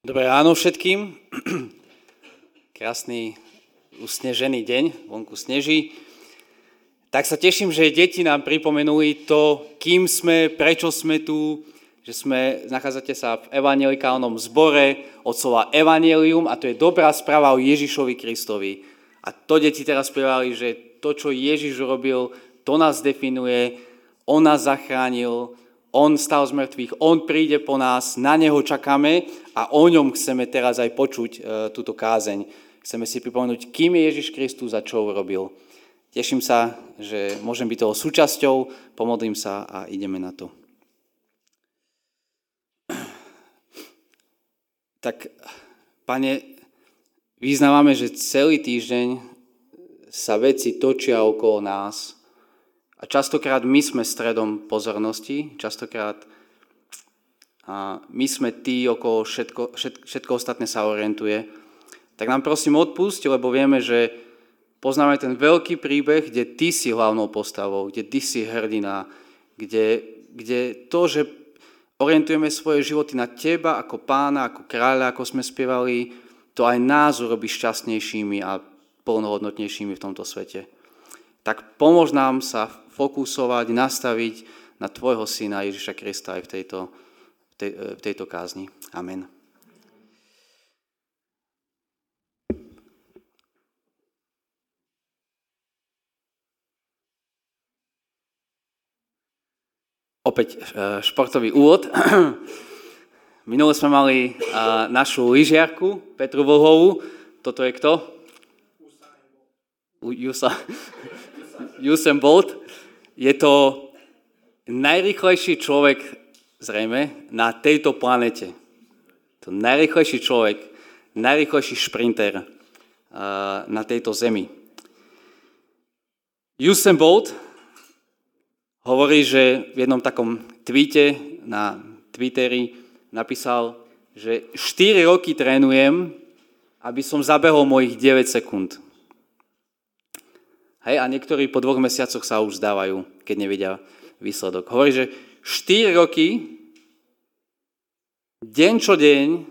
Dobré ráno všetkým. Krásny usnežený deň, vonku sneží. Tak sa teším, že deti nám pripomenuli to, kým sme, prečo sme tu, že nachádzate sa v evanjelikálnom zbore od slova evanjelium a to je dobrá správa o Ježišovi Kristovi. A to deti teraz spievali, že to, čo Ježiš robil, to nás definuje, on nás zachránil, on stal z mŕtvych, on príde po nás, na neho čakáme a o ňom chceme teraz aj počuť túto kázeň. Chceme si pripomenúť, kým je Ježiš Kristus a čo urobil. Teším sa, že môžem byť toho súčasťou, pomodlím sa a ideme na to. Tak, Pane, vyznávame, že celý týždeň sa veci točia okolo nás. A častokrát my sme stredom pozornosti, častokrát my sme tí, okolo všetko ostatné sa orientuje. Tak nám prosím odpusť, lebo vieme, že poznáme ten veľký príbeh, kde ty si hlavnou postavou, kde ty si hrdina, kde to, že orientujeme svoje životy na teba ako pána, ako kráľa, ako sme spievali, to aj nás urobí šťastnejšími a plnohodnotnejšími v tomto svete. Tak pomôž nám sa fokusovať, nastaviť na tvojho syna Ježiša Krista aj v tejto kázni. Amen. Opäť športový úvod. Minule sme mali našu lyžiarku Petru Vlhovú. Toto je kto? Usain Bolt. Je to najrýchlejší človek, zrejme, na tejto planete. To najrýchlejší človek, najrýchlejší šprinter na tejto zemi. Usain Bolt hovorí, že v jednom takom tweete na Twitteri napísal, že 4 roky trénujem, aby som zabehol mojich 9 sekúnd. Hej, a niektorí po 2 mesiacoch sa už zdávajú, keď nevidia výsledok. Hovorí, že 4 roky, deň čo deň,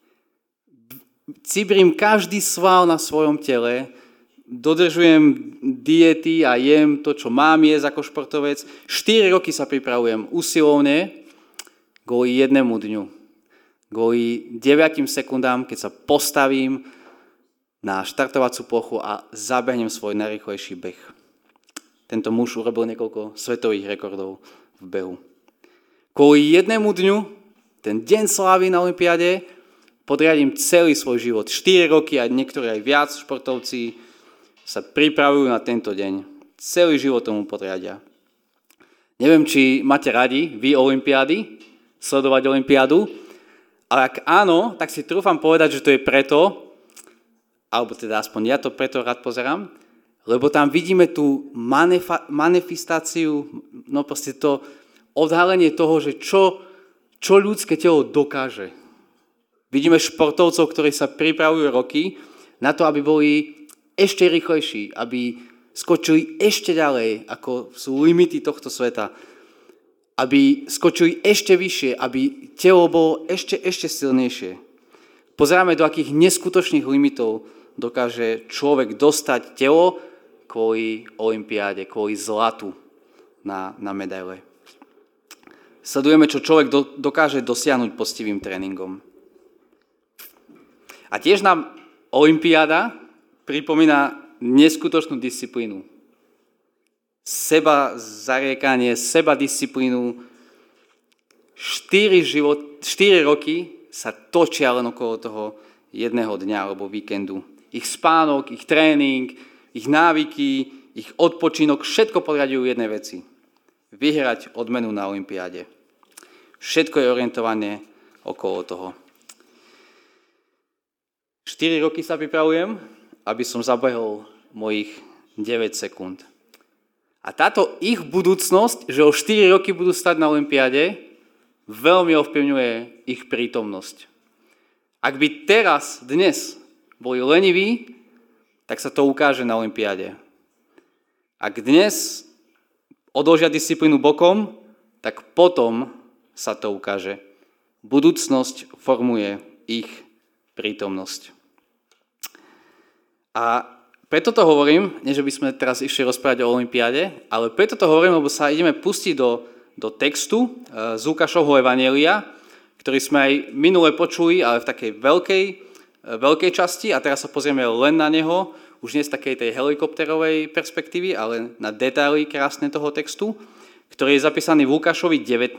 cibrím každý sval na svojom tele, dodržujem diety a jem to, čo mám jesť ako športovec. 4 roky sa pripravujem usilovne kvôli jednému dňu. Kvôli 9 sekundám, keď sa postavím na štartovacú plochu a zabehnem svoj najrýchlejší beh. Tento muž urobil niekoľko svetových rekordov v behu. Kvôli jednému dňu, ten deň slávy na olympiáde, podriadím celý svoj život. 4 roky a niektorí aj viac športovci sa pripravujú na tento deň. Celý život tomu podriadia. Neviem, či máte radi vy olympiády, sledovať olympiádu, ale ak áno, tak si trúfam povedať, že to je preto, alebo teda aspoň ja to preto rád pozerám, lebo tam vidíme tú manifestáciu, no proste to odhalenie toho, že čo ľudské telo dokáže. Vidíme športovcov, ktorí sa pripravujú roky na to, aby boli ešte rýchlejší, aby skočili ešte ďalej, ako sú limity tohto sveta, aby skočili ešte vyššie, aby telo bolo ešte silnejšie. Pozeráme, do akých neskutočných limitov dokáže človek dostať telo kvôli olympiáde, kvôli zlatu na medaile. Sledujeme, čo človek dokáže dosiahnuť poctivým tréningom. A tiež nám olympiáda pripomína neskutočnú disciplínu. Seba zariekanie, seba disciplínu. 4 roky sa točia len okolo toho jedného dňa alebo víkendu. Ich spánok, ich tréning, ich návyky, ich odpočinok, všetko podriadujú jednej veci. Vyhrať odmenu na olympiáde. Všetko je orientované okolo toho. 4 roky sa pripravujem, aby som zabehol mojich 9 sekúnd. A táto ich budúcnosť, že o 4 roky budú stať na olympiáde, veľmi ovplyvňuje ich prítomnosť. Ak by dnes boli leniví, tak sa to ukáže na olympiáde. Ak dnes odložia disciplínu bokom, tak potom sa to ukáže. Budúcnosť formuje ich prítomnosť. A preto to hovorím, nie že by sme teraz išli rozprávať o olympiáde, ale preto to hovorím, lebo sa ideme pustiť do textu z Lukášovho evanjelia, ktorý sme aj minule počuli, ale v takej veľkej časti, a teraz sa pozrieme len na neho, už nie z takej tej helikopterovej perspektívy, ale na detaily krásne toho textu, ktorý je zapísaný v Lukášovi 19,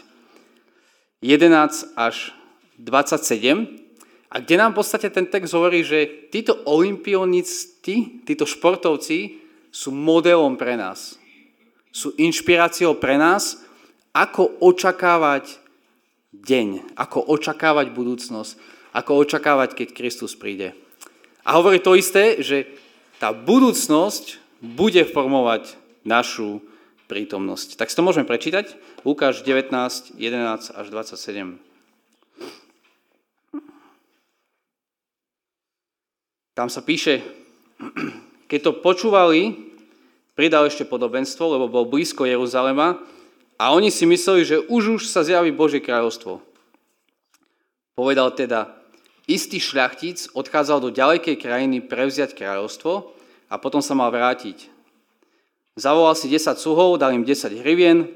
11 až 27, a kde nám v podstate ten text hovorí, že títo olympionisti, títo športovci sú modelom pre nás. Sú inšpiráciou pre nás, ako očakávať deň, ako očakávať budúcnosť, ako očakávať, keď Kristus príde. A hovorí to isté, že tá budúcnosť bude formovať našu prítomnosť. Tak si to môžeme prečítať. Lukáš 19, 11 až 27. Tam sa píše, keď to počúvali, pridal ešte podobenstvo, lebo bol blízko Jeruzalema a oni si mysleli, že už sa zjaví Božie kráľovstvo. Povedal teda, istý šľachtic odchádzal do ďalekej krajiny prevziať kráľovstvo a potom sa mal vrátiť. Zavolal si 10 sluhov, dal im 10 hrivien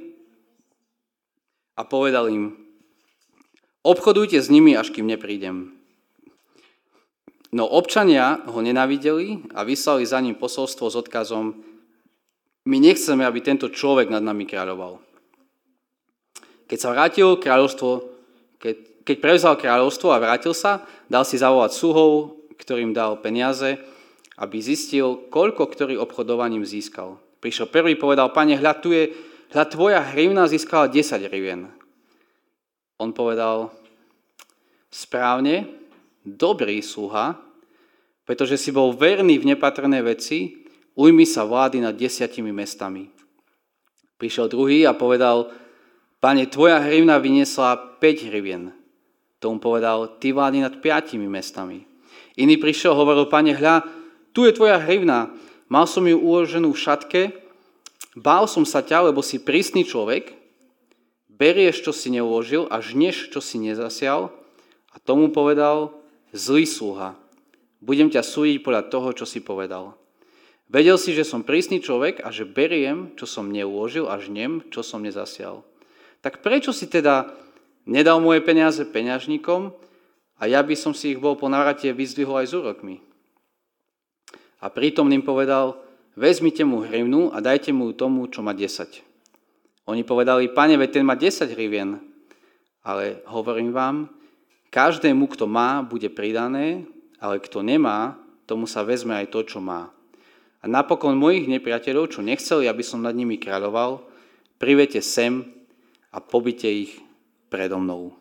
a povedal im, obchodujte s nimi, až kým neprídem. No občania ho nenávideli a vyslali za ním posolstvo s odkazom, my nechceme, aby tento človek nad nami kráľoval. Keď sa vrátil kráľovstvo, keď prevzal kráľovstvo a vrátil sa, dal si zavolať sluhov, ktorým dal peniaze, aby zistil, koľko ktorý obchodovaním získal. Prišiel prvý, povedal, pane, hľa tvoja hrivna získala 10 hrivien. On povedal, správne, dobrý sluha, pretože si bol verný v nepatrné veci, ujmi sa vlády nad 10 mestami. Prišiel druhý a povedal, pane, tvoja hrivna vyniesla 5 hrivien. Tomu povedal, ty vládni nad 5 mestami. Iný prišiel, hovoril, pane, hľa, tu je tvoja hrivna, mal som ju uloženú v šatke, bál som sa ťa, lebo si prísny človek, berieš, čo si neuložil a žneš, čo si nezasial. A tomu povedal, zlý sluha, budem ťa súdiť podľa toho, čo si povedal. Vedel si, že som prísny človek a že beriem, čo som neuložil a žnem, čo som nezasial. Tak prečo si teda nedal moje peniaze peňažníkom a ja by som si ich bol po návrate vyzdvihol aj s úrokmi? A prítomným povedal, vezmite mu hrivnu a dajte mu tomu, čo má 10. Oni povedali, pane, veď ten má 10 hrivien. Ale hovorím vám, každému, kto má, bude pridané, ale kto nemá, tomu sa vezme aj to, čo má. A napokon mojich nepriateľov, čo nechceli, aby som nad nimi kráľoval, privete sem a pobite ich predo mnou.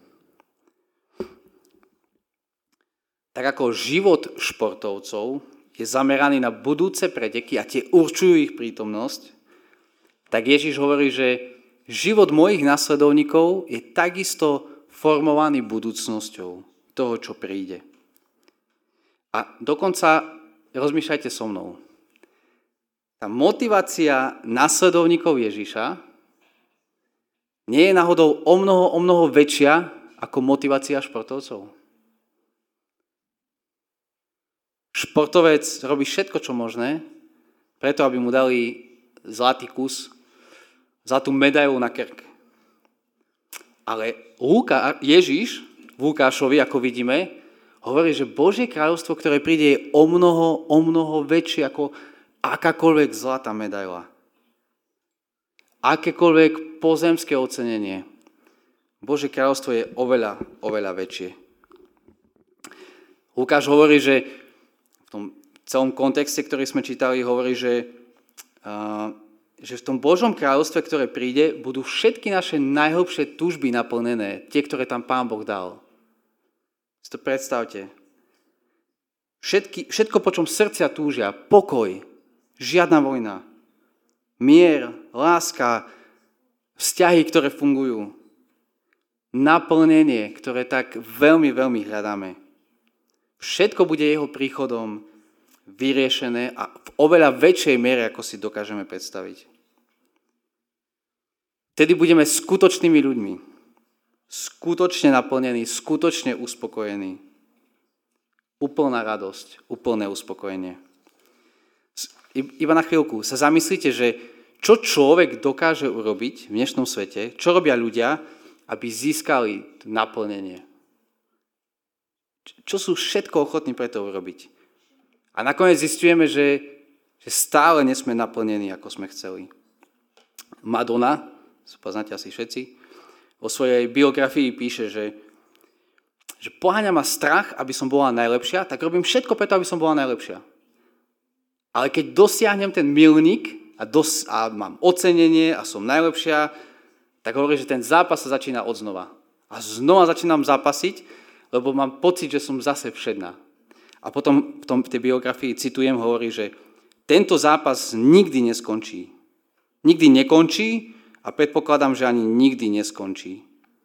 Tak ako život športovcov je zameraný na budúce preteky a tie určujú ich prítomnosť, tak Ježiš hovorí, že život mojich nasledovníkov je takisto formovaný budúcnosťou toho, čo príde. A dokonca rozmýšľajte so mnou. Tá motivácia nasledovníkov Ježiša nie je náhodou o mnoho väčšia ako motivácia športovcov. Športovec robí všetko, čo možné, preto, aby mu dali zlatý kus, zlatú medailu na krk. Ale Ježiš v Lukášovi, ako vidíme, hovorí, že Božie kráľovstvo, ktoré príde, je o mnoho väčšie ako akákoľvek zlatá medaila. Akékoľvek pozemské ocenenie. Božie kráľovstvo je oveľa väčšie. Lukáš hovorí, že v tom celom kontexte, ktorý sme čítali, hovorí, že v tom Božom kráľovstve, ktoré príde, budú všetky naše najhlbšie túžby naplnené, tie, ktoré tam Pán Boh dal. Si to predstavte. Všetko, po čom srdcia túžia, pokoj, žiadna vojna, mier, láska, vzťahy, ktoré fungujú, naplnenie, ktoré tak veľmi hľadáme. Všetko bude jeho príchodom vyriešené a v oveľa väčšej miere, ako si dokážeme predstaviť. Vtedy budeme skutočnými ľuďmi. skutočne naplnený, skutočne uspokojený. Úplná radosť, úplné uspokojenie. Iba na chvíľku sa zamyslite, že čo človek dokáže urobiť v dnešnom svete, čo robia ľudia, aby získali naplnenie. Čo sú všetko ochotní pre to urobiť. A nakoniec zistujeme, že stále nesme naplnení, ako sme chceli. Madonna, poznáte asi všetci, vo svojej biografii píše, že poháňa ma strach, aby som bola najlepšia, tak robím všetko preto, aby som bola najlepšia. Ale keď dosiahnem ten milník a mám ocenenie a som najlepšia, tak hovorí, že ten zápas sa začína odznova. A znova začínam zápasiť, lebo mám pocit, že som zase všedná. A potom v tej biografii citujem, hovorí, že tento zápas nikdy neskončí. Nikdy nekončí a predpokladám, že ani nikdy neskončí.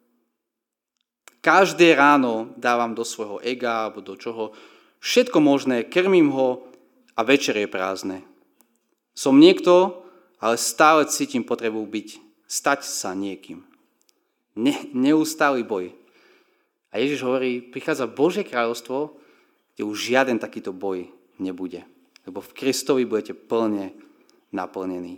Každé ráno dávam do svojho ega alebo do čoho všetko možné, krmím ho a večer je prázdne. Som niekto, ale stále cítim potrebu stať sa niekým. Neustály boj. A Ježiš hovorí, prichádza Božie kráľovstvo, kde už žiaden takýto boj nebude. Lebo v Kristovi budete plne naplnení.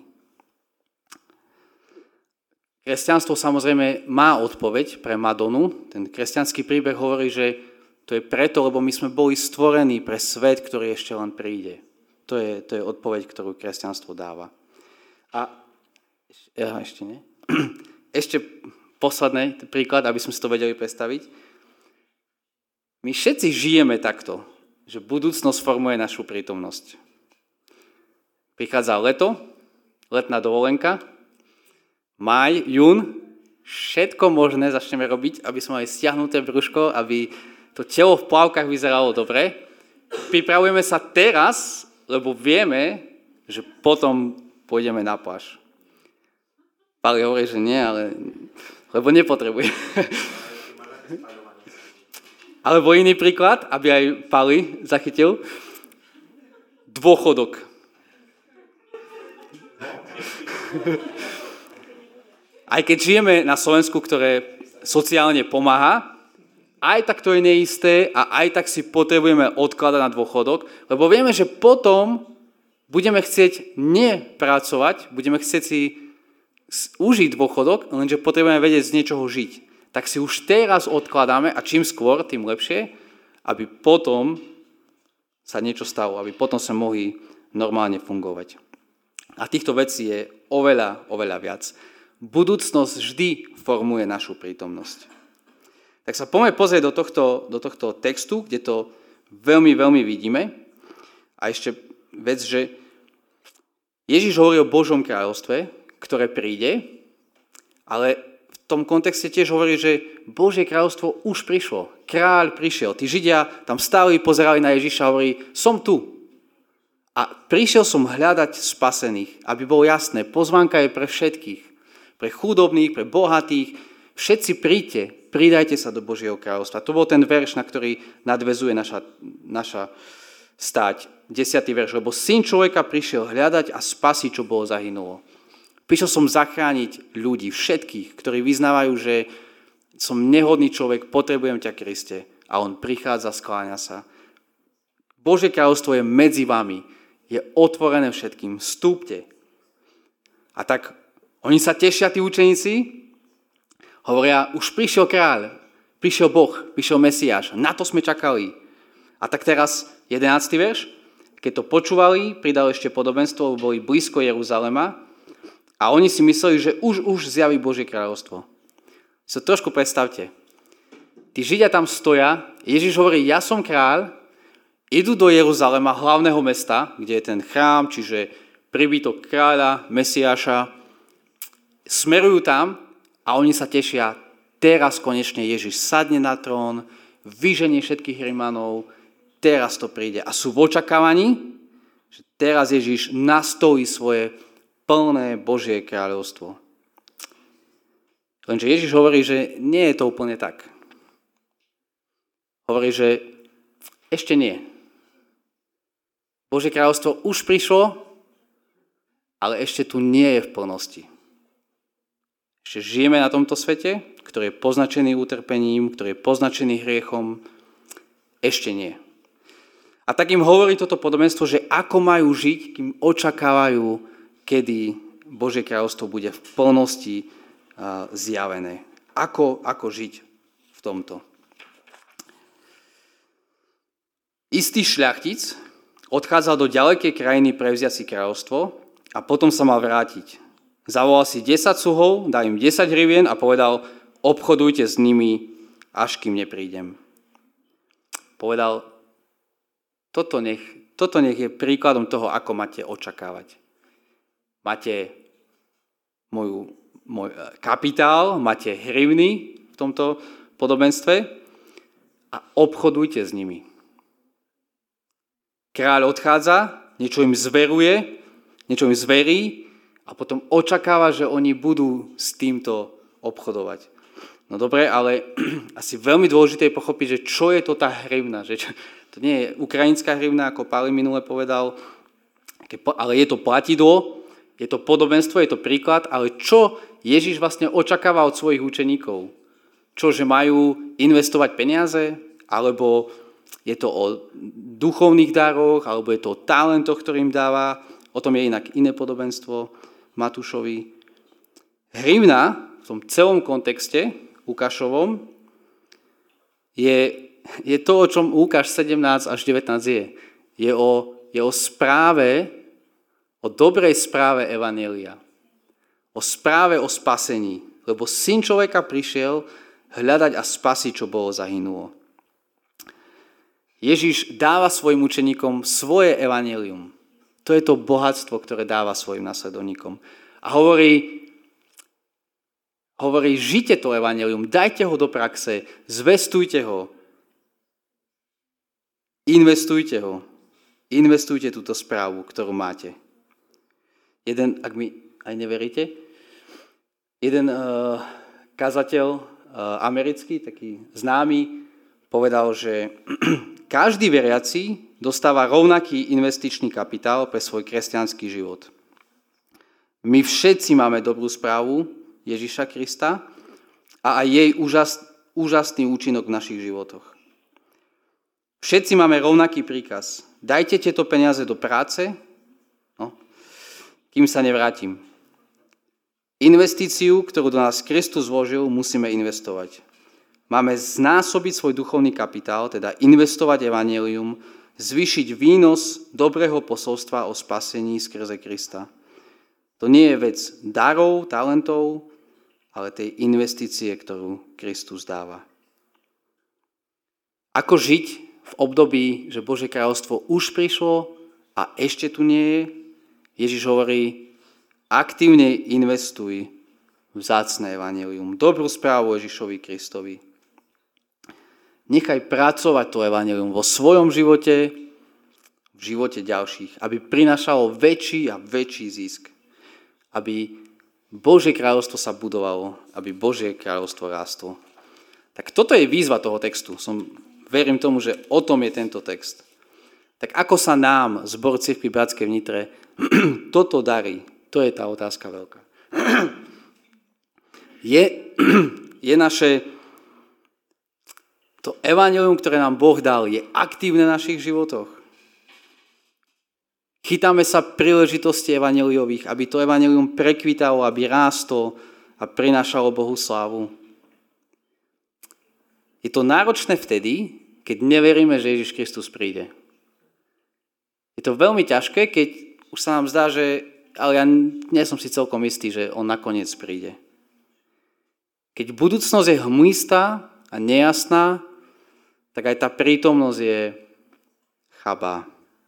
Kresťanstvo samozrejme má odpoveď pre Madonu. Ten kresťanský príbeh hovorí, že to je preto, lebo my sme boli stvorení pre svet, ktorý ešte len príde. To je odpoveď, ktorú kresťanstvo dáva. A ešte nie. Ešte posledný príklad, aby sme si to vedeli predstaviť. My všetci žijeme takto, že budúcnosť formuje našu prítomnosť. Prichádza leto, letná dovolenka, máj, jún, všetko možné začneme robiť, aby sme mali stiahnuté brúško, aby to telo v plavkách vyzeralo dobre. Pripravujeme sa teraz, lebo vieme, že potom pôjdeme na pláž. Pali hovorí, že nie, lebo nepotrebuje. Alebo iný príklad, aby aj Pali zachytil. Dôchodok. Aj keď žijeme na Slovensku, ktoré sociálne pomáha, aj tak to je neisté a aj tak si potrebujeme odkladať na dôchodok, lebo vieme, že potom budeme chcieť nepracovať, budeme chcieť si užiť dôchodok, lenže potrebujeme vedieť z niečoho žiť. Tak si už teraz odkladáme a čím skôr, tým lepšie, aby potom sa niečo stalo, aby potom sa mohli normálne fungovať. A týchto vecí je oveľa, oveľa viac. Budúcnosť vždy formuje našu prítomnosť. Tak sa poďme pozrieť do tohto textu, kde to veľmi, veľmi vidíme. A ešte vec, že Ježiš hovorí o Božom kráľovstve, ktoré príde, ale v tom kontexte tiež hovorí, že Božie kráľovstvo už prišlo. Kráľ prišiel. Tí Židia tam stáli, pozerali na Ježiša a hovorí, som tu. A prišiel som hľadať spasených, aby bolo jasné, pozvánka je pre všetkých. Pre chudobných, pre bohatých. Všetci príďte, pridajte sa do Božieho kráľovstva. To bol ten verš, na ktorý nadväzuje naša stáť. 10. verš. Lebo Syn človeka prišiel hľadať a spasiť, čo bolo zahynulo. Prišiel som zachrániť ľudí, všetkých, ktorí vyznávajú, že som nehodný človek, potrebujem ťa, Kriste. A on prichádza, skláňa sa. Božie kráľovstvo je medzi vami. Je otvorené všetkým. Vstúpte. A tak oni sa tešia, tí učeníci, hovoria, už prišiel kráľ, prišiel Boh, prišiel Mesiáš. Na to sme čakali. A tak teraz 11. verš. Keď to počúvali, pridal ešte podobenstvo, boli blízko Jeruzalema a oni si mysleli, že už zjaví Božie kráľovstvo. Si trošku predstavte. Tí Židia tam stoja, Ježiš hovorí, ja som kráľ, idú do Jeruzalema, hlavného mesta, kde je ten chrám, čiže príbytok kráľa, Mesiáša, smerujú tam a oni sa tešia, teraz konečne Ježiš sadne na trón, vyženie všetkých Rimanov, teraz to príde. A sú v očakávaní, že teraz Ježiš nastolí svoje plné Božie kráľovstvo. Lenže Ježiš hovorí, že nie je to úplne tak. Hovorí, že ešte nie. Božie kráľovstvo už prišlo, ale ešte tu nie je v plnosti. Ešte žijeme na tomto svete, ktorý je poznačený utrpením, ktorý je poznačený hriechom? Ešte nie. A tak im hovorí toto podobenstvo, že ako majú žiť, kým očakávajú, kedy Božie kráľovstvo bude v plnosti zjavené. Ako žiť v tomto? Istý šľachtic odchádzal do ďalekej krajiny prevziať si kráľovstvo a potom sa mal vrátiť. Zavolal si 10 sluhov, dal im 10 hrivien a povedal, obchodujte s nimi, až kým neprídem. Povedal, toto nech je príkladom toho, ako máte očakávať. Máte môj kapitál, máte hrivny v tomto podobenstve a obchodujte s nimi. Kráľ odchádza, niečo im zverí a potom očakáva, že oni budú s týmto obchodovať. No dobre, ale asi veľmi dôležité je pochopiť, že čo je to tá hrivna. Že to nie je ukrajinská hrivna, ako Páli minule povedal, ale je to platidlo, je to podobenstvo, je to príklad, ale čo Ježiš vlastne očakáva od svojich učeníkov? Čo, že majú investovať peniaze, alebo je to o duchovných daroch, alebo je to o talentoch, ktorým dáva. O tom je inak iné podobenstvo Matúšovi. Hrivna v tom celom kontexte Lukášovom je to, o čom Lukáš 17 až 19 je. Je o správe, o dobrej správe evanjelia. O správe o spasení. Lebo Syn človeka prišiel hľadať a spasiť, čo bolo zahynulo. Ježiš dáva svojim učeníkom svoje evanjelium. To je to bohatstvo, ktoré dáva svojim nasledovníkom. A hovorí, žite to evanjelium, dajte ho do praxe, zvestujte ho, investujte túto správu, ktorú máte. Ak mi aj neveríte, jeden kazateľ americký, taký známy, povedal, že každý veriaci dostáva rovnaký investičný kapitál pre svoj kresťanský život. My všetci máme dobrú správu Ježiša Krista a aj jej úžasný účinok v našich životoch. Všetci máme rovnaký príkaz. Dajte tieto peniaze do práce, kým sa nevrátim. Investíciu, ktorú do nás Kristus vložil, musíme investovať. Máme znásobiť svoj duchovný kapitál, teda investovať evanjelium, zvýšiť výnos dobrého posolstva o spasení skrze Krista. To nie je vec darov, talentov, ale tej investície, ktorú Kristus dáva. Ako žiť v období, že Božie kráľovstvo už prišlo a ešte tu nie je? Ježiš hovorí, aktívne investuj v vzácne evanjelium, dobrú správu Ježišovi Kristovi. Nechaj pracovať to evanjelium vo svojom živote, v živote ďalších, aby prinášalo väčší a väčší zisk. Aby Božie kráľovstvo sa budovalo, aby Božie kráľovstvo rástlo. Tak toto je výzva toho textu. Verím tomu, že o tom je tento text. Tak ako sa nám, zbor Cirkvi Bratskej v Nitre, toto darí? To je tá otázka veľká. Je naše to evanjelium, ktoré nám Boh dal, je aktívne v našich životoch. Chytáme sa príležitosti evanjeliových, aby to evanjelium prekvitalo, aby rástlo a prinášalo Bohu slávu. Je to náročné vtedy, keď neveríme, že Ježiš Kristus príde. Je to veľmi ťažké, keď už sa nám zdá, že ale ja nie som si celkom istý, že on nakoniec príde. Keď budúcnosť je hmlistá a nejasná, tak aj tá prítomnosť je chabá.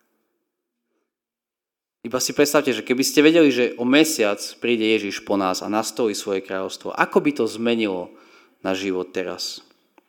Iba si predstavte, že keby ste vedeli, že o mesiac príde Ježiš po nás a nastolí svoje kráľovstvo, ako by to zmenilo náš život teraz?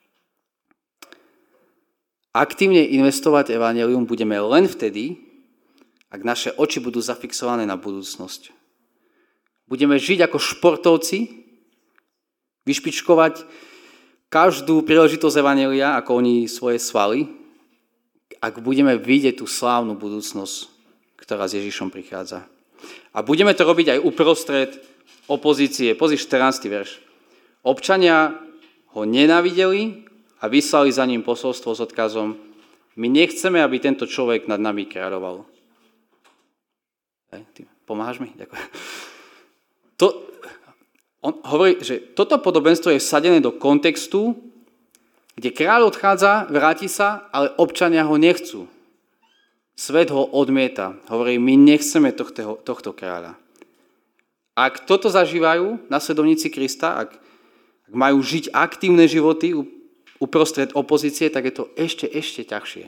Aktívne investovať evanjelium budeme len vtedy, ak naše oči budú zafixované na budúcnosť. Budeme žiť ako športovci, vyšpičkovať každú príležitosť evanjelia, ako oni svoje svaly, ak budeme vidieť tú slávnu budúcnosť, ktorá s Ježišom prichádza. A budeme to robiť aj uprostred opozície. Pozri 14. verš. Občania ho nenávideli a vyslali za ním posolstvo s odkazom: my nechceme, aby tento človek nad nami kráľoval. Ty pomáhaš mi? Ďakujem. On hovorí, že toto podobenstvo je vsadené do kontextu, kde kráľ odchádza, vráti sa, ale občania ho nechcú. Svet ho odmieta. Hovorí, my nechceme tohto kráľa. Ak toto zažívajú nasledovníci Krista, ak majú žiť aktívne životy uprostred opozície, tak je to ešte ťažšie.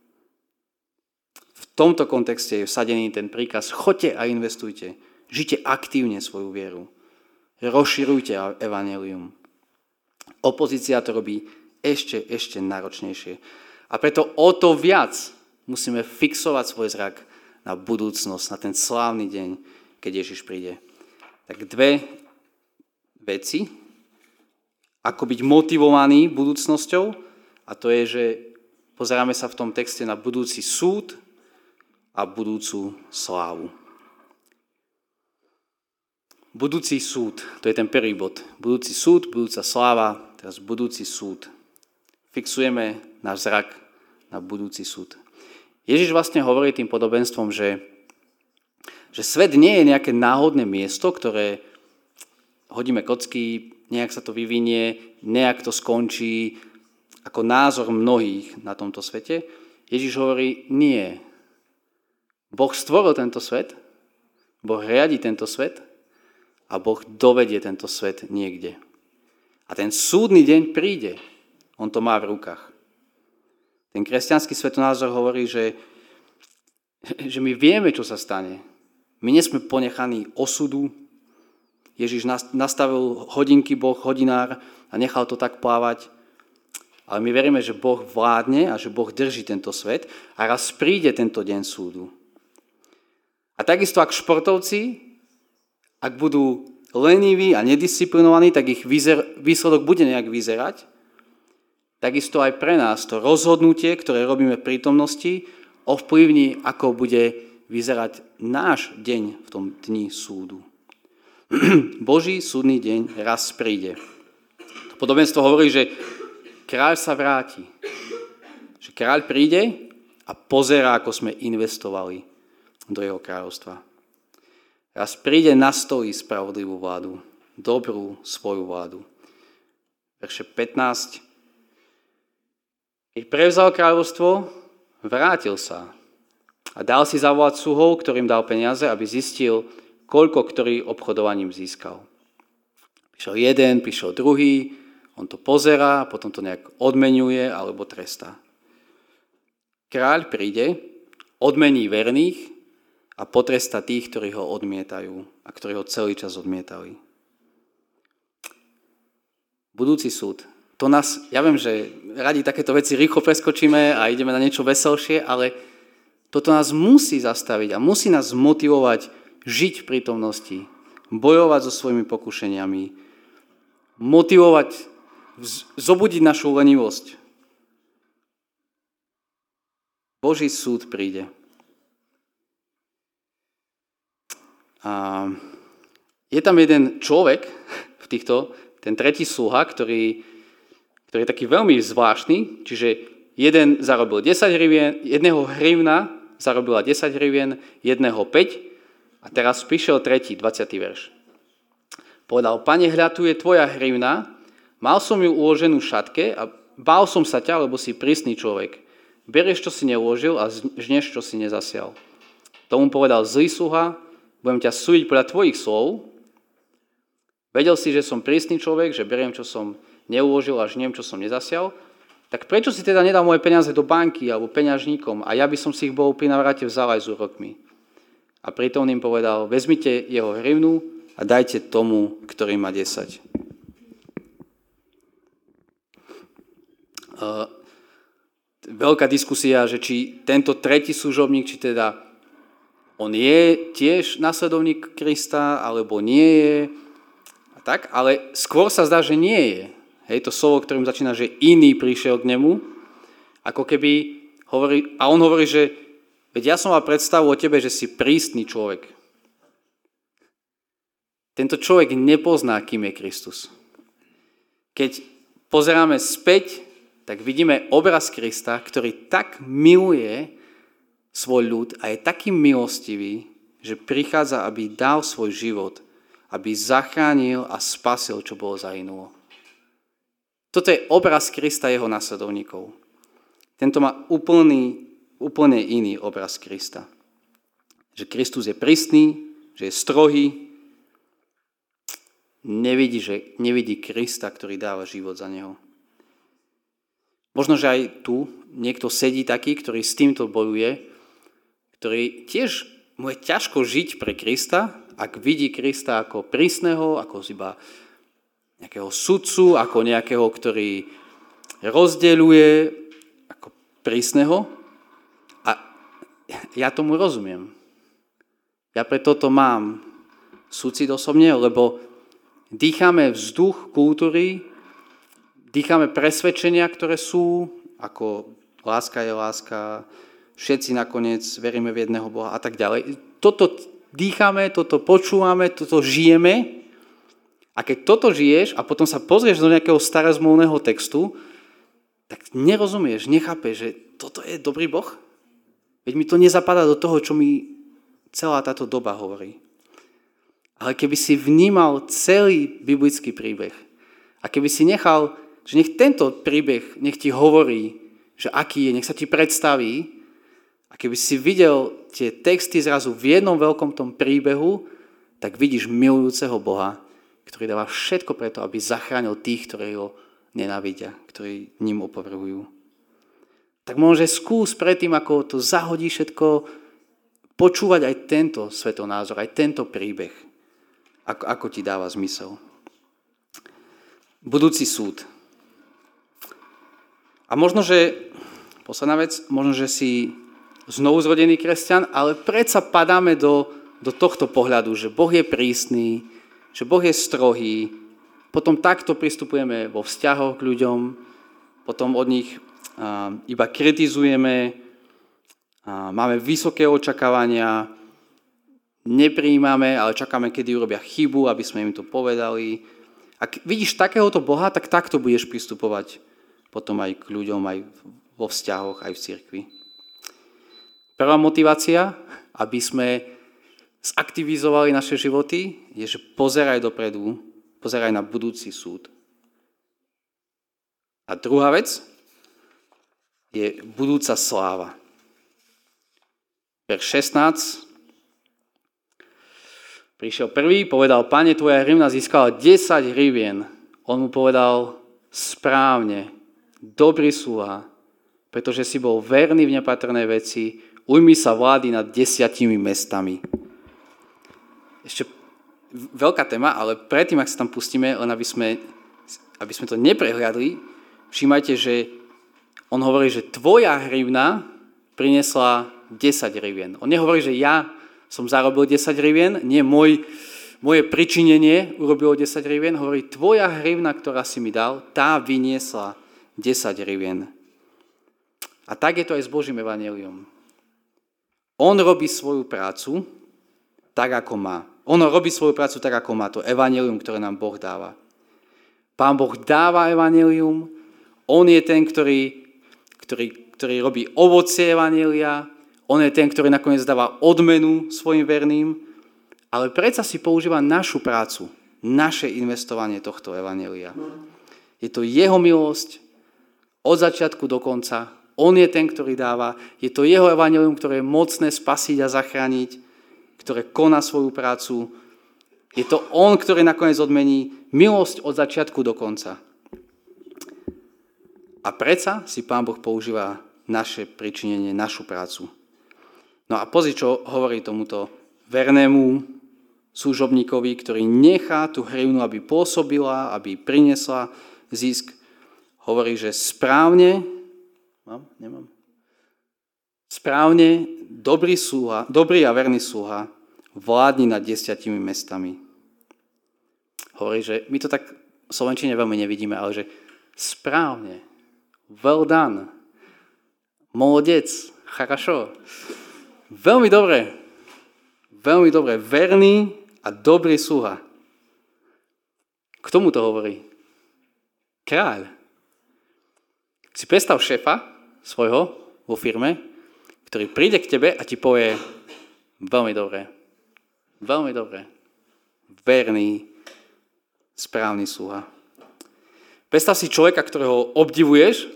V tomto kontexte je vsadený ten príkaz: choďte a investujte. Žite aktívne svoju vieru. Rozširujte evanjelium. Opozícia to robí ešte náročnejšie. A preto o to viac musíme fixovať svoj zrak na budúcnosť, na ten slávny deň, keď Ježiš príde. Tak dve veci, ako byť motivovaný budúcnosťou, a to je, že pozeráme sa v tom texte na budúci súd a budúcu slávu. Budúci súd, to je ten prvý bod. Budúci súd, budúca sláva, teraz budúci súd. Fixujeme náš zrak na budúci súd. Ježiš vlastne hovorí tým podobenstvom, že svet nie je nejaké náhodné miesto, ktoré hodíme kocky, nejak sa to vyvinie, nejak to skončí, ako názor mnohých na tomto svete. Ježiš hovorí, nie. Boh stvoril tento svet, Boh riadi tento svet a Boh dovedie tento svet niekde. A ten súdny deň príde. On to má v rukách. Ten kresťanský svetonázor hovorí, že my vieme, čo sa stane. My nie sme ponechaní osudu. Ježiš nastavil hodinky, Boh hodinár, a nechal to tak plávať. Ale my veríme, že Boh vládne a že Boh drží tento svet a raz príde tento deň súdu. A takisto, ak športovci, ak budú leniví a nedisciplinovaní, tak ich výsledok bude nejak vyzerať. Takisto aj pre nás to rozhodnutie, ktoré robíme v prítomnosti, ovplyvní, ako bude vyzerať náš deň v tom dni súdu. Boží súdny deň raz príde. To podobenstvo hovorí, že kráľ sa vráti. Že kráľ príde a pozerá, ako sme investovali do jeho kráľovstva. Raz príde, nastolí spravodlivú vládu, dobrú svoju vládu. Verše 15. Keď prevzal kráľovstvo, vrátil sa a dal si zavolať sluhov, ktorým dal peniaze, aby zistil, koľko ktorý obchodovaním získal. Prišiel jeden, prišiel druhý, on to pozerá, potom to nejak odmenuje alebo trestá. Kráľ príde, odmení verných a potrestá tých, ktorí ho odmietajú a ktorí ho celý čas odmietali. Budúci súd. To nás, ja viem, že radi takéto veci rýchlo preskočíme a ideme na niečo veselšie, ale toto nás musí zastaviť a musí nás motivovať žiť v prítomnosti, bojovať so svojimi pokušeniami, motivovať, zobudiť našu lenivosť. Boží súd príde. A je tam jeden človek v týchto, ten tretí sluha, ktorý je taký veľmi zvláštny, čiže jeden zarobil 10 hrivien, jedného hrivna zarobila 10 hrivien, jedného 5 a teraz prišiel tretí, 20. verš. Povedal, Pane, hľa, tu je tvoja hrivna, mal som ju uloženú v šatke a bál som sa ťa, lebo si prísny človek. Berieš, čo si neuložil a žneš, čo si nezasial. Tomu povedal zlý sluha, budem ťa súdiť podľa tvojich slov. Vedel si, že som prísny človek, že beriem, čo som neuložil a žnem, čo som nezasial. Tak prečo si teda nedal moje peniaze do banky alebo peňažníkom a ja by som si ich bol pri navrate vzal aj s úrokmi? A pritom im povedal, vezmite jeho hrivnu a dajte tomu, ktorý má 10. Veľká diskusia, že či tento tretí služobník, či teda on je tiež nasledovník Krista, alebo nie je. A tak, ale skôr sa zdá, že nie je. Hej, to slovo, ktorým začína, že iný prišiel k nemu, ako keby hovorí, a on hovorí, že veď ja som mal predstavu o tebe, že si prísny človek. Tento človek nepozná, kým je Kristus. Keď pozeráme späť, tak vidíme obraz Krista, ktorý tak miluje svoj ľud a je taký milostivý, že prichádza, aby dal svoj život, aby zachránil a spasil, čo bolo zahynulo. Toto je obraz Krista a jeho nasledovníkov. Tento má úplne iný obraz Krista. Že Kristus je prísny, že je strohý, nevidí Krista, ktorý dáva život za neho. Možno, že aj tu niekto sedí taký, ktorý s týmto bojuje, ktorý tiež mu je ťažko žiť pre Krista, ak vidí Krista ako prísneho, ako iba nejakého sudcu, ako nejakého, ktorý rozdeľuje, ako prísneho. A ja tomu rozumiem. Ja preto to mám súcit osobne, lebo dýchame vzduch kultúry, dýchame presvedčenia, ktoré sú, ako láska je láska, všetci nakoniec veríme v jedného Boha a tak ďalej. Toto dýchame, toto počúvame, toto žijeme. A keď toto žiješ a potom sa pozrieš do nejakého starozmluvného textu, tak nerozumieš, nechápeš, že toto je dobrý Boh. Veď mi to nezapadá do toho, čo mi celá táto doba hovorí. Ale keby si vnímal celý biblický príbeh a keby si nechal, že nech tento príbeh nech ti hovorí, že aký je, nech sa ti predstaví, a keby si videl tie texty zrazu v jednom veľkom tom príbehu, tak vidíš milujúceho Boha, ktorý dáva všetko preto, aby zachránil tých, ktorí ho nenávidia, ktorí ním opovrhujú. Tak možno skús predtým, ako to zahodí všetko, počúvať aj tento svetonázor, aj tento príbeh, ako ti dáva zmysel. Budúci súd. A možno, že, posledná vec, možno, že si znovuzrodený kresťan, ale predsa padáme do tohto pohľadu, že Boh je prísny, že Boh je strohý, potom takto pristupujeme vo vzťahoch k ľuďom, potom od nich iba kritizujeme, máme vysoké očakávania, neprijímame, ale čakáme, kedy urobia chybu, aby sme im to povedali. Ak vidíš takéhoto Boha, tak takto budeš pristupovať potom aj k ľuďom, aj vo vzťahoch, aj v cirkvi. Prvá motivácia, aby sme zaktivizovali naše životy, je, že pozeraj dopredu, pozeraj na budúci súd. A druhá vec je budúca sláva. Verš 16. Prišiel prvý, povedal, Pane, tvoja hrivna získala 10 hrivien. On mu povedal, správne, dobrý sluha, pretože si bol verný v nepatrnej veci, ujmi sa vlády nad 10 mestami. Ešte veľká téma, ale predtým, ak sa tam pustíme, len aby sme to neprehliadli, všímajte, že on hovorí, že tvoja hrivna priniesla 10 hrivien. On nehovorí, že ja som zarobil 10 hrivien, nie moje pričinenie urobilo 10 hrivien, hovorí, tvoja hrivna, ktorá si mi dal, tá vyniesla 10 hrivien. A tak je to aj s Božím evanjeliom. On robí svoju prácu tak, ako má. On robí svoju prácu tak, ako má to evanjelium, ktoré nám Boh dáva. Pán Boh dáva evanjelium, on je ten, ktorý robí ovocie evanjelia, on je ten, ktorý nakoniec dáva odmenu svojim verným, ale predsa si používa našu prácu, naše investovanie tohto evanjelia. Je to jeho milosť od začiatku do konca. On je ten, ktorý dáva. Je to jeho evanjelium, ktoré je mocné spasiť a zachrániť, ktoré koná svoju prácu. Je to on, ktorý nakoniec odmení milosť od začiatku do konca. A predsa si Pán Boh používa naše pričinenie, našu prácu. No a pozri, čo hovorí tomuto vernému služobníkovi, ktorý nechá tú hrivnu, aby pôsobila, aby priniesla zisk. Hovorí, že správne, správne, dobrý a verný sluha vládni nad 10 mestami. Hovorí, že my to tak v slovenčine veľmi nevidíme, ale že správne, well done, molodec, хорошо. Veľmi dobre, verný a dobrý sluha. K tomu to hovorí. Kráľ, Si predstav šéfa svojho vo firme, ktorý príde k tebe a ti povie veľmi dobre, verný, správny sluha. Predstav si človeka, ktorého obdivuješ,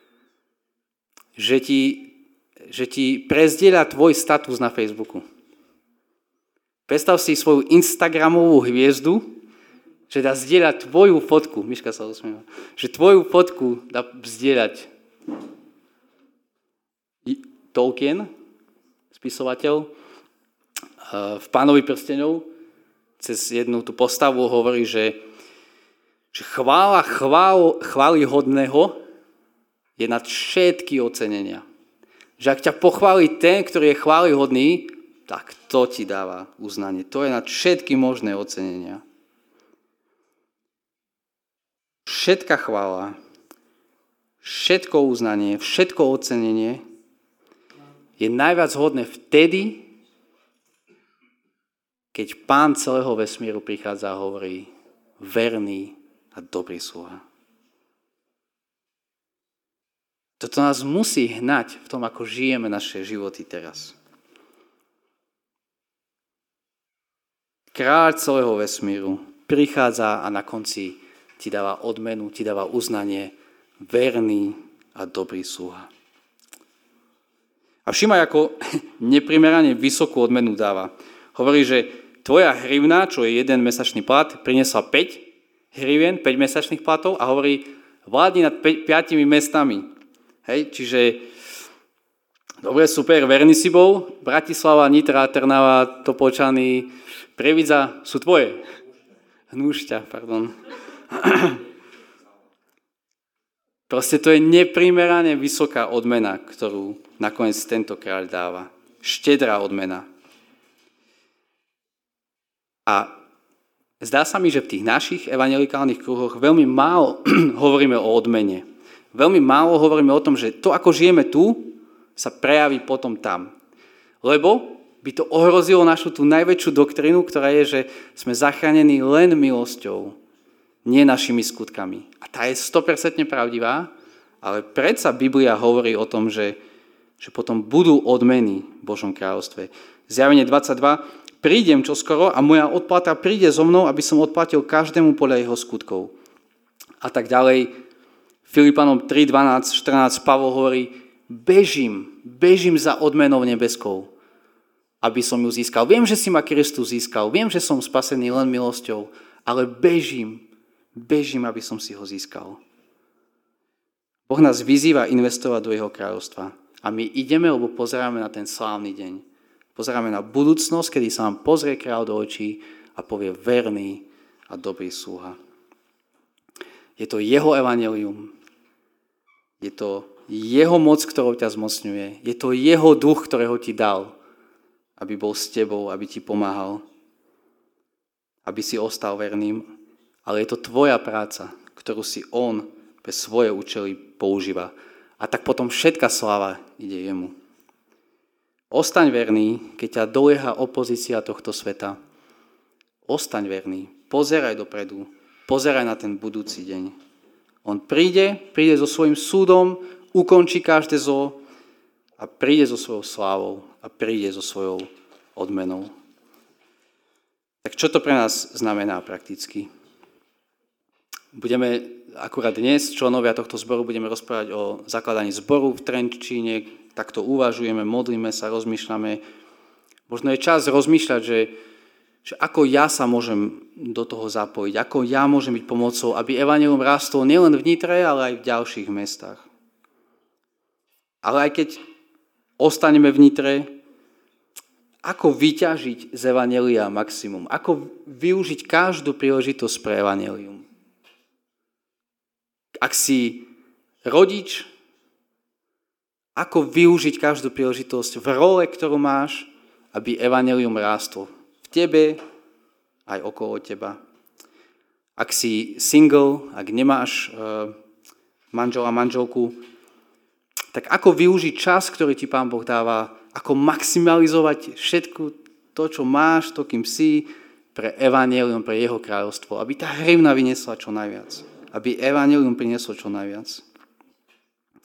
že ti prezdieľa tvoj status na Facebooku. Predstav si svoju Instagramovú hviezdu, že dá zdieľať tvoju fotku. Miška sa usmieva. Že tvoju fotku dá zdieľať Tolkien, spisovateľ, v Pánovi prsteňov cez jednu tú postavu hovorí, že chvála chválihodného je nad všetky ocenenia. Že ak ťa pochváli ten, ktorý je chválihodný, tak to ti dáva uznanie. To je nad všetky možné ocenenia. Všetká chvála, všetko uznanie, všetko ocenenie je najviac hodné vtedy, keď Pán celého vesmíru prichádza a hovorí verný a dobrý sluha. Toto nás musí hnať v tom, ako žijeme naše životy teraz. Kráľ celého vesmíru prichádza a na konci ti dáva odmenu, ti dáva uznanie, verný a dobrý sluha. A všimaj, ako neprimerane vysokú odmenu dáva. Hovorí, že tvoja hrivna, čo je jeden mesačný plat, priniesla 5 hrivien, 5 mesačných platov a hovorí, vládni nad 5 mestami. Hej, čiže dobre, super, verný si bol, Bratislava, Nitra, Trnava, Topolčany, Prievidza sú tvoje. Hnúšťa, pardon. Proste to je neprimerane vysoká odmena, ktorú nakoniec tento kráľ dáva. Štedrá odmena. A zdá sa mi, že v tých našich evanjelikálnych kruhoch veľmi málo hovoríme o odmene. Veľmi málo hovoríme o tom, že to, ako žijeme tu, sa prejaví potom tam. Lebo by to ohrozilo našu tú najväčšiu doktrínu, ktorá je, že sme zachránení len milosťou, nie našimi skutkami. A tá je 100% pravdivá, ale predsa Biblia hovorí o tom, že potom budú odmeny v Božom kráľovstve. Zjavenie 22. Prídem čoskoro a moja odplata príde so mnou, aby som odplatil každému podľa jeho skutkov. A tak ďalej. Filipanom 3, 12, 14 Pavol hovorí, bežím za odmenou nebeskou, aby som ju získal. Viem, že si ma Kristus získal, viem, že som spasený len milosťou, ale bežím, aby som si ho získal. Boh nás vyzýva investovať do jeho kráľovstva. A my ideme, lebo pozeráme na ten slávny deň. Pozeráme na budúcnosť, kedy sa nám pozrie kráľ do očí a povie verný a dobrý sluha. Je to jeho evanjelium. Je to jeho moc, ktorou ťa zmocňuje. Je to jeho duch, ktorého ti dal, aby bol s tebou, aby ti pomáhal, aby si ostal verným. Ale je to tvoja práca, ktorú si on pre svoje účely používa. A tak potom všetká sláva ide jemu. Ostaň verný, keď ťa dolieha opozícia tohto sveta. Ostaň verný, pozeraj dopredu, pozeraj na ten budúci deň. On príde so svojím súdom, ukončí každé zlo a príde so svojou slávou a príde so svojou odmenou. Tak čo to pre nás znamená prakticky? Budeme akurát dnes, členovia tohto zboru, budeme rozprávať o zakladaní zboru v Trenčíne, takto uvažujeme, modlíme sa, rozmýšľame. Možno je čas rozmýšľať, že ako ja sa môžem do toho zapojiť, ako ja môžem byť pomocou, aby evanjelium rástlo nielen v Nitre, ale aj v ďalších mestách. Ale aj keď ostaneme v Nitre, ako vyťažiť z evanjelia maximum? Ako využiť každú príležitosť pre evanjelium? Ak si rodič, ako využiť každú príležitosť v role, ktorú máš, aby evanjelium rástlo v tebe, aj okolo teba. Ak si single, ak nemáš manžela, manželku, tak ako využiť čas, ktorý ti Pán Boh dáva, ako maximalizovať všetko to, čo máš, to, kým si, pre evanjelium, pre jeho kráľovstvo, aby tá hrivna vyniesla čo najviac. Aby evanjelium prinieslo čo najviac.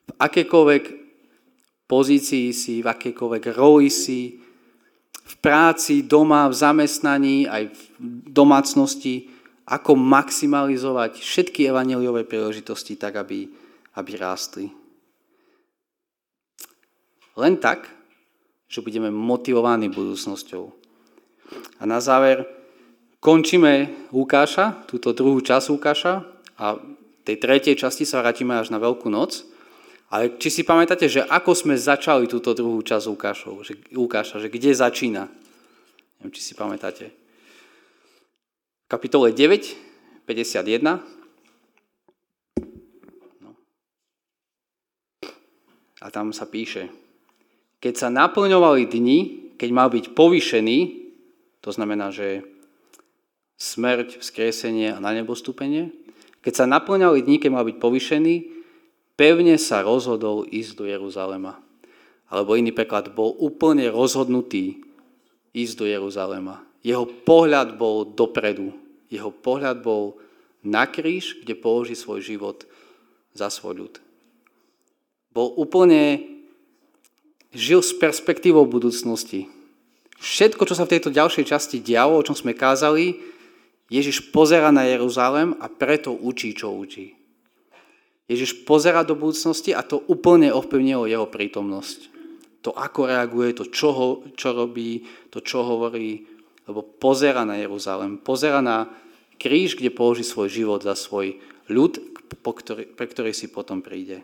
v akékoľvek pozícii si, v akékoľvek roli si, v práci, doma, v zamestnaní, aj v domácnosti, ako maximalizovať všetky evanjeliové príležitosti tak, aby rástli. Len tak, že budeme motivovaní budúcnosťou. A na záver končíme Lukáša, túto druhú časť Lukáša, a v tej tretej časti sa vrátime až na Veľkú noc. Ale či si pamätáte, že ako sme začali túto druhú časť Lukáša, že kde začína? Neviem, či si pamätáte. V kapitole 9, 51. No. A tam sa píše: Keď sa naplňovali dni, keď mal byť povýšený, to znamená, že smrť, vzkriesenie a na nebo vstúpenie, keď sa naplňali dni, keď mal byť povýšený, pevne sa rozhodol ísť do Jeruzalema. Alebo iný preklad, bol úplne rozhodnutý ísť do Jeruzalema. Jeho pohľad bol dopredu. Jeho pohľad bol na kríž, kde položí svoj život za svoj ľud. Žil s perspektívou budúcnosti. Všetko, čo sa v tejto ďalšej časti dialo, o čom sme kázali, Ježiš pozerá na Jeruzalém a preto učí, čo učí. Ježiš pozerá do budúcnosti a to úplne ovplyvnilo jeho prítomnosť. To, ako reaguje, to, čo robí, to, čo hovorí, lebo pozerá na Jeruzalém, pozerá na kríž, kde položí svoj život za svoj ľud, pre ktorý si potom príde.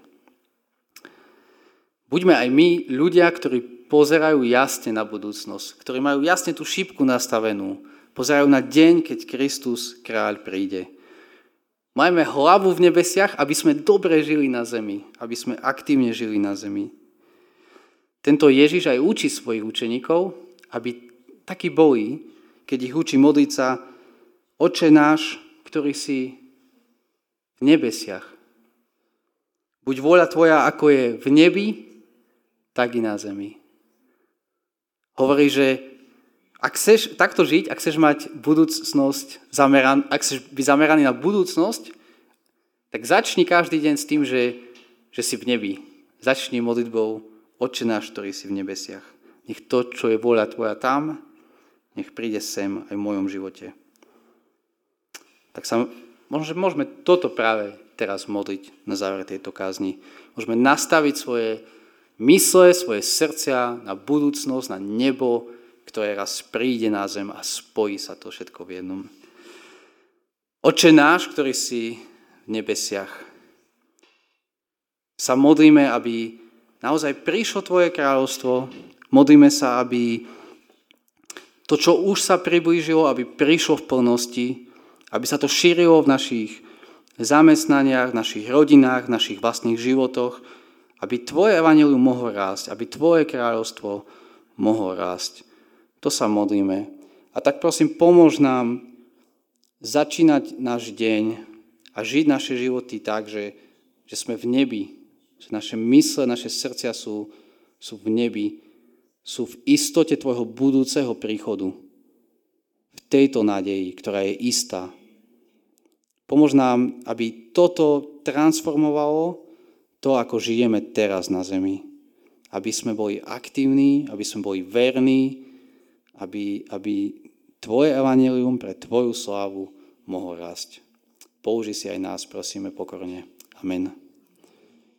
Buďme aj my ľudia, ktorí pozerajú jasne na budúcnosť, ktorí majú jasne tú šípku nastavenú, pozerajú na deň, keď Kristus kráľ príde. Majme hlavu v nebesiach, aby sme dobre žili na zemi, aby sme aktívne žili na zemi. Tento Ježiš aj učí svojich učeníkov, aby takí boli, keď ich učí modliť sa: Otče náš, ktorý si v nebesiach. Buď vôľa tvoja, ako je v nebi, tak i na zemi. Hovorí, že ak chceš takto žiť, ak chceš mať budúcnosť ak chceš byť zameraný na budúcnosť, tak začni každý deň s tým, že si v nebi. Začni modlitbou: Otče náš, ktorý si v nebesiach. Nech to, čo je vôľa tvoja tam, nech príde sem aj v mojom živote. Tak sa môžeme toto práve teraz modliť na záver tejto kázni. Môžeme nastaviť svoje mysle, svoje srdcia na budúcnosť, na nebo, ktoré raz príde na zem a spojí sa to všetko v jednom. Otče náš, ktorý si v nebesiach, sa modlíme, aby naozaj prišlo tvoje kráľovstvo. Modlíme sa, aby to, čo už sa priblížilo, aby prišlo v plnosti, aby sa to šírilo v našich zamestnaniach, v našich rodinách, v našich vlastných životoch, aby tvoje evanjelium mohlo rásť, aby tvoje kráľovstvo mohlo rásť. To sa modlíme. A tak prosím, pomôž nám začínať náš deň a žiť naše životy tak, že sme v nebi, že naše mysle, naše srdcia sú v nebi, sú v istote tvojho budúceho príchodu. V tejto nádeji, ktorá je istá. Pomôž nám, aby toto transformovalo to, ako žijeme teraz na zemi. Aby sme boli aktívni, aby sme boli verní, aby tvoje evanjelium pre tvoju slávu mohlo rásť. Použij si aj nás, prosíme, pokorne. Amen.